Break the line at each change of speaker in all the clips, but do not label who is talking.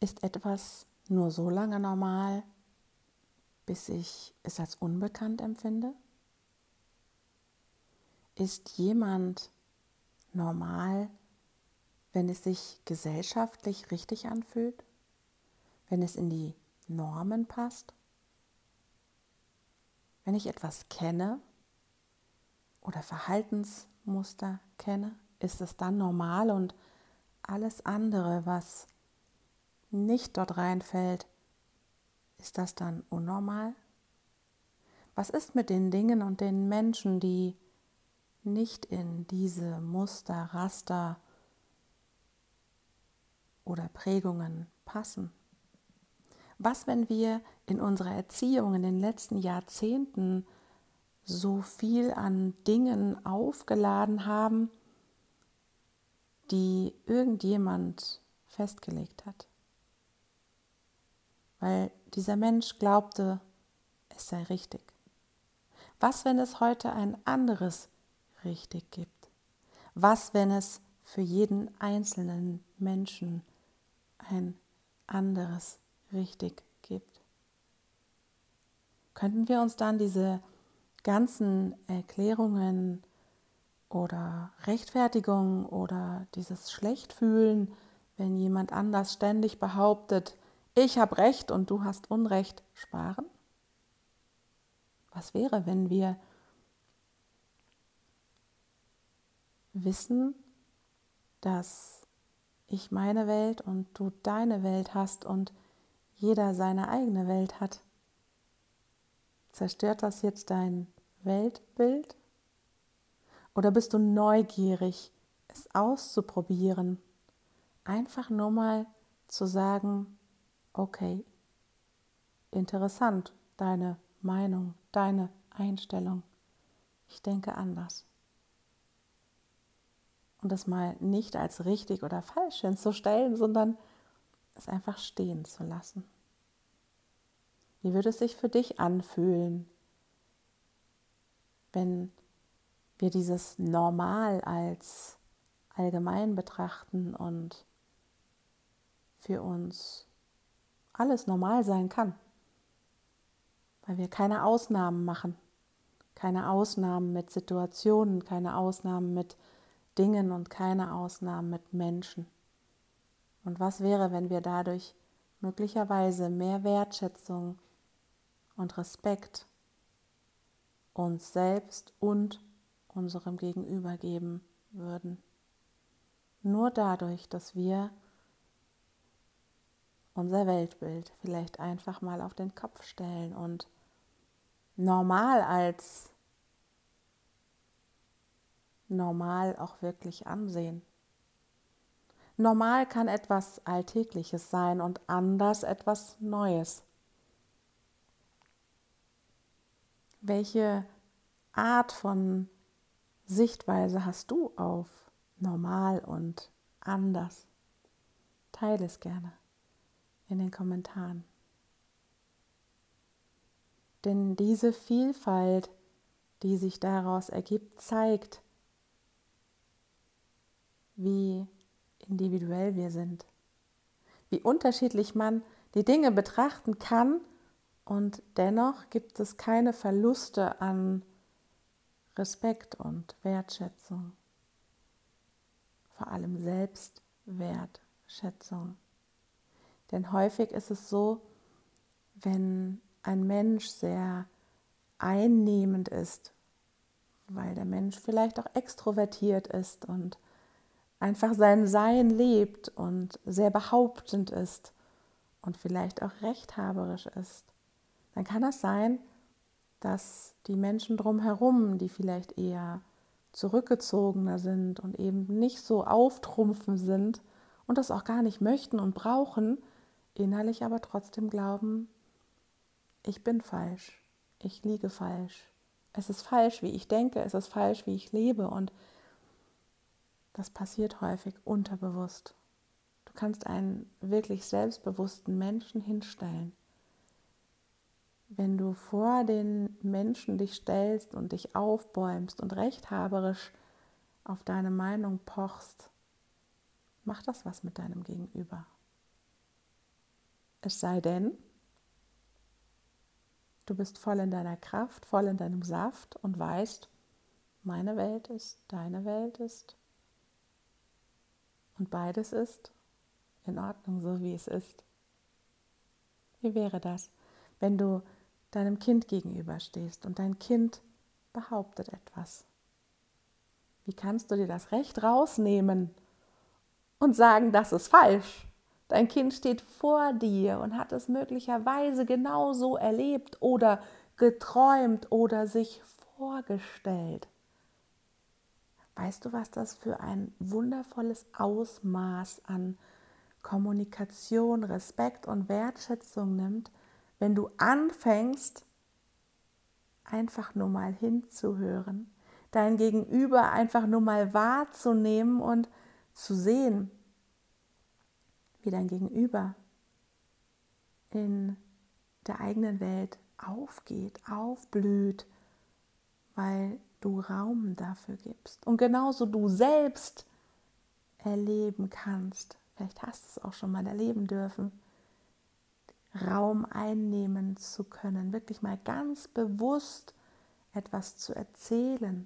Ist etwas nur so lange normal, bis ich es als unbekannt empfinde? Ist jemand normal, wenn es sich gesellschaftlich richtig anfühlt? Wenn es in die Normen passt? Wenn ich etwas kenne oder Verhaltensmuster kenne, ist es dann normal und alles andere, was nicht dort reinfällt, ist das dann unnormal? Was ist mit den Dingen und den Menschen, die nicht in diese Muster, Raster oder Prägungen passen? Was, wenn wir in unserer Erziehung in den letzten Jahrzehnten so viel an Dingen aufgeladen haben, die irgendjemand festgelegt hat? Weil dieser Mensch glaubte, es sei richtig. Was, wenn es heute ein anderes richtig gibt? Was, wenn es für jeden einzelnen Menschen ein anderes richtig gibt? Könnten wir uns dann diese ganzen Erklärungen oder Rechtfertigungen oder dieses Schlechtfühlen, wenn jemand anders ständig behauptet, ich habe Recht und du hast Unrecht, sparen? Was wäre, wenn wir wissen, dass ich meine Welt und du deine Welt hast und jeder seine eigene Welt hat? Zerstört das jetzt dein Weltbild? Oder bist du neugierig, es auszuprobieren? Einfach nur mal zu sagen, okay, interessant, deine Meinung, deine Einstellung. Ich denke anders. Und das mal nicht als richtig oder falsch hinzustellen, sondern es einfach stehen zu lassen. Wie würde es sich für dich anfühlen, wenn wir dieses Normal als allgemein betrachten und für uns alles normal sein kann, weil wir keine Ausnahmen machen, keine Ausnahmen mit Situationen, keine Ausnahmen mit Dingen und keine Ausnahmen mit Menschen. Und was wäre, wenn wir dadurch möglicherweise mehr Wertschätzung und Respekt uns selbst und unserem Gegenüber geben würden? Nur dadurch, dass wir unser Weltbild vielleicht einfach mal auf den Kopf stellen und normal als normal auch wirklich ansehen. Normal kann etwas Alltägliches sein und anders etwas Neues. Welche Art von Sichtweise hast du auf normal und anders? Teile es gerne in den Kommentaren. Denn diese Vielfalt, die sich daraus ergibt, zeigt, wie individuell wir sind, wie unterschiedlich man die Dinge betrachten kann und dennoch gibt es keine Verluste an Respekt und Wertschätzung, vor allem Selbstwertschätzung. Denn häufig ist es so, wenn ein Mensch sehr einnehmend ist, weil der Mensch vielleicht auch extrovertiert ist und einfach sein Sein lebt und sehr behauptend ist und vielleicht auch rechthaberisch ist, dann kann es sein, dass die Menschen drumherum, die vielleicht eher zurückgezogener sind und eben nicht so auftrumpfen sind und das auch gar nicht möchten und brauchen, innerlich aber trotzdem glauben, ich bin falsch, ich liege falsch, es ist falsch, wie ich denke, es ist falsch, wie ich lebe und das passiert häufig unterbewusst. Du kannst einen wirklich selbstbewussten Menschen hinstellen. Wenn du vor den Menschen dich stellst und dich aufbäumst und rechthaberisch auf deine Meinung pochst, macht das was mit deinem Gegenüber. Es sei denn, du bist voll in deiner Kraft, voll in deinem Saft und weißt, meine Welt ist, deine Welt ist und beides ist in Ordnung, so wie es ist. Wie wäre das, wenn du deinem Kind gegenüberstehst und dein Kind behauptet etwas? Wie kannst du dir das Recht rausnehmen und sagen, das ist falsch? Dein Kind steht vor dir und hat es möglicherweise genauso erlebt oder geträumt oder sich vorgestellt. Weißt du, was das für ein wundervolles Ausmaß an Kommunikation, Respekt und Wertschätzung nimmt, wenn du anfängst, einfach nur mal hinzuhören, dein Gegenüber einfach nur mal wahrzunehmen und zu sehen, wie dein Gegenüber in der eigenen Welt aufgeht, aufblüht, weil du Raum dafür gibst. Und genauso du selbst erleben kannst, vielleicht hast du es auch schon mal erleben dürfen, Raum einnehmen zu können, wirklich mal ganz bewusst etwas zu erzählen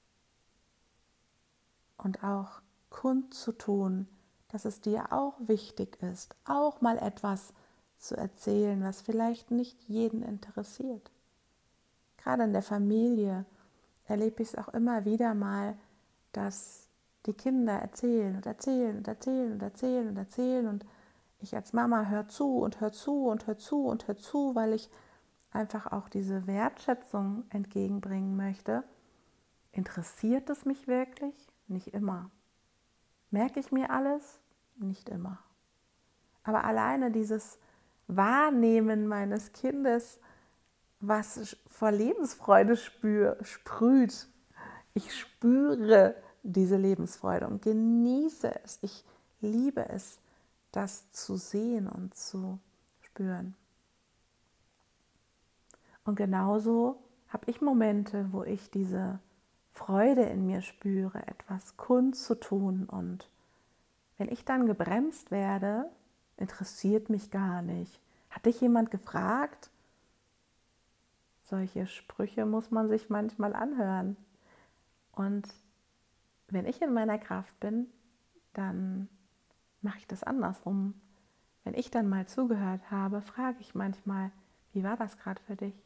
und auch kundzutun, dass es dir auch wichtig ist, auch mal etwas zu erzählen, was vielleicht nicht jeden interessiert. Gerade in der Familie erlebe ich es auch immer wieder mal, dass die Kinder erzählen und erzählen und erzählen und erzählen und erzählen und ich als Mama höre zu und höre zu und höre zu und höre zu, weil ich einfach auch diese Wertschätzung entgegenbringen möchte. Interessiert es mich wirklich? Nicht immer. Merke ich mir alles? Nicht immer. Aber alleine dieses Wahrnehmen meines Kindes, was vor Lebensfreude sprüht. Ich spüre diese Lebensfreude und genieße es. Ich liebe es, das zu sehen und zu spüren. Und genauso habe ich Momente, wo ich diese Freude in mir spüre, etwas kundzutun. Und wenn ich dann gebremst werde, interessiert mich gar nicht. Hat dich jemand gefragt? Solche Sprüche muss man sich manchmal anhören. Und wenn ich in meiner Kraft bin, dann mache ich das andersrum. Wenn ich dann mal zugehört habe, frage ich manchmal, wie war das gerade für dich?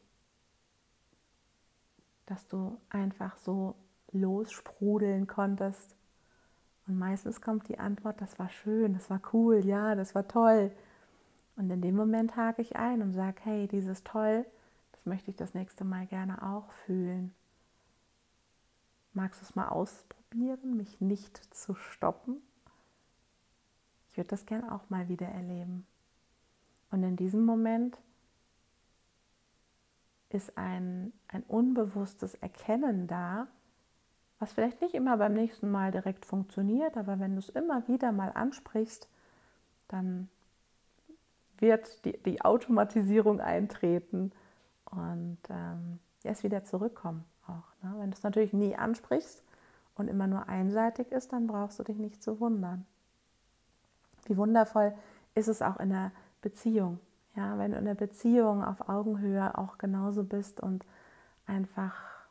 Dass du einfach so lossprudeln konntest. Und meistens kommt die Antwort, das war schön, das war cool, ja, das war toll. Und in dem Moment hake ich ein und sage, hey, dieses toll, das möchte ich das nächste Mal gerne auch fühlen. Magst du es mal ausprobieren, mich nicht zu stoppen? Ich würde das gerne auch mal wieder erleben. Und in diesem Moment ist ein unbewusstes Erkennen da, was vielleicht nicht immer beim nächsten Mal direkt funktioniert, aber wenn du es immer wieder mal ansprichst, dann wird die Automatisierung eintreten und es wieder zurückkommen auch. Ne? Wenn du es natürlich nie ansprichst und immer nur einseitig ist, dann brauchst du dich nicht zu wundern. Wie wundervoll ist es auch in der Beziehung. Ja, wenn du in der Beziehung auf Augenhöhe auch genauso bist und einfach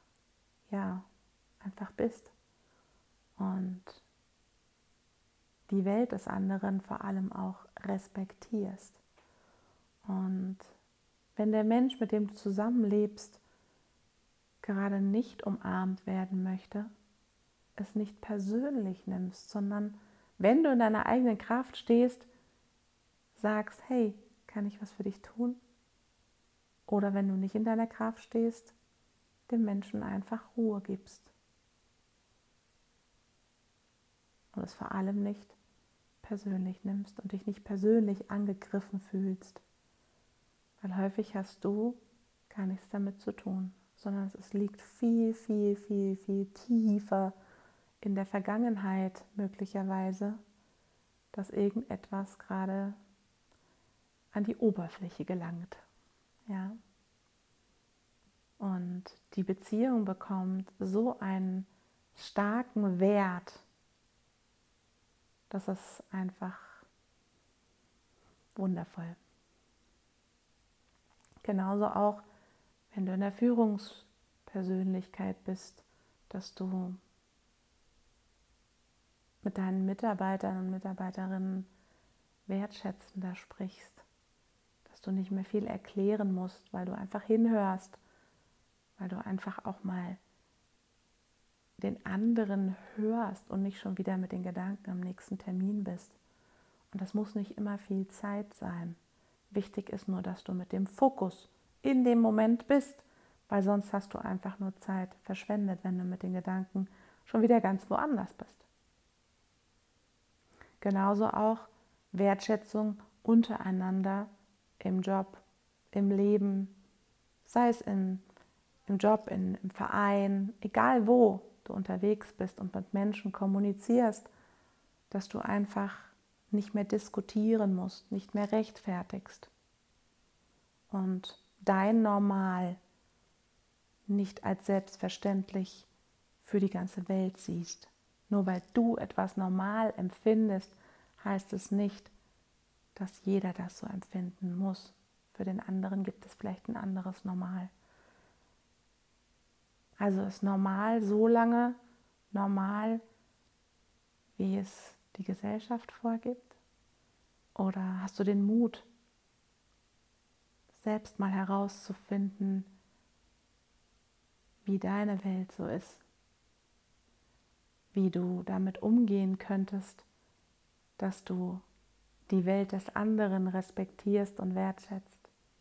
bist und die Welt des anderen vor allem auch respektierst. Und wenn der Mensch, mit dem du zusammenlebst, gerade nicht umarmt werden möchte, es nicht persönlich nimmst, sondern wenn du in deiner eigenen Kraft stehst, sagst, hey, kann ich was für dich tun? Oder wenn du nicht in deiner Kraft stehst, dem Menschen einfach Ruhe gibst. Und es vor allem nicht persönlich nimmst und dich nicht persönlich angegriffen fühlst. Weil häufig hast du gar nichts damit zu tun, sondern es liegt viel, viel, viel, viel tiefer in der Vergangenheit möglicherweise, dass irgendetwas gerade an die Oberfläche gelangt. Ja? Und die Beziehung bekommt so einen starken Wert, dass es einfach wundervoll. Genauso auch, wenn du in der Führungspersönlichkeit bist, dass du mit deinen Mitarbeitern und Mitarbeiterinnen wertschätzender sprichst, dass du nicht mehr viel erklären musst, weil du einfach hinhörst, weil du einfach auch mal den anderen hörst und nicht schon wieder mit den Gedanken am nächsten Termin bist. Und das muss nicht immer viel Zeit sein. Wichtig ist nur, dass du mit dem Fokus in dem Moment bist, weil sonst hast du einfach nur Zeit verschwendet, wenn du mit den Gedanken schon wieder ganz woanders bist. Genauso auch Wertschätzung untereinander im Job, im Leben, sei es im Job, im Verein, egal wo du unterwegs bist und mit Menschen kommunizierst, dass du einfach nicht mehr diskutieren musst, nicht mehr rechtfertigst und dein Normal nicht als selbstverständlich für die ganze Welt siehst. Nur weil du etwas normal empfindest, heißt es nicht, dass jeder das so empfinden muss. Für den anderen gibt es vielleicht ein anderes Normal. Also ist normal so lange normal, wie es die Gesellschaft vorgibt? Oder hast du den Mut, selbst mal herauszufinden, wie deine Welt so ist? Wie du damit umgehen könntest, dass du die Welt des anderen respektierst und wertschätzt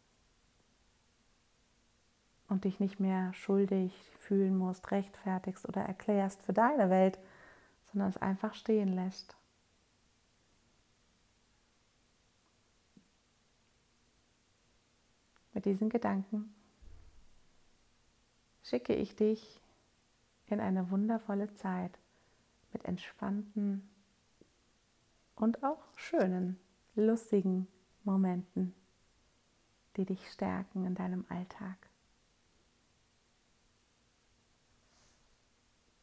und dich nicht mehr schuldig fühlen musst, rechtfertigst oder erklärst für deine Welt, sondern es einfach stehen lässt. Mit diesen Gedanken schicke ich dich in eine wundervolle Zeit mit entspannten und auch schönen, lustigen Momenten, die dich stärken in deinem Alltag.